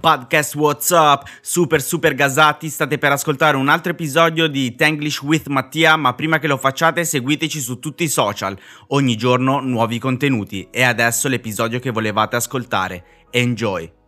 podcast, what's up? Super gasati, state per ascoltare un altro episodio di Tanglish with Mattia, ma prima che lo facciate seguiteci su tutti i social, ogni giorno nuovi contenuti. E adesso l'episodio che volevate ascoltare. Enjoy!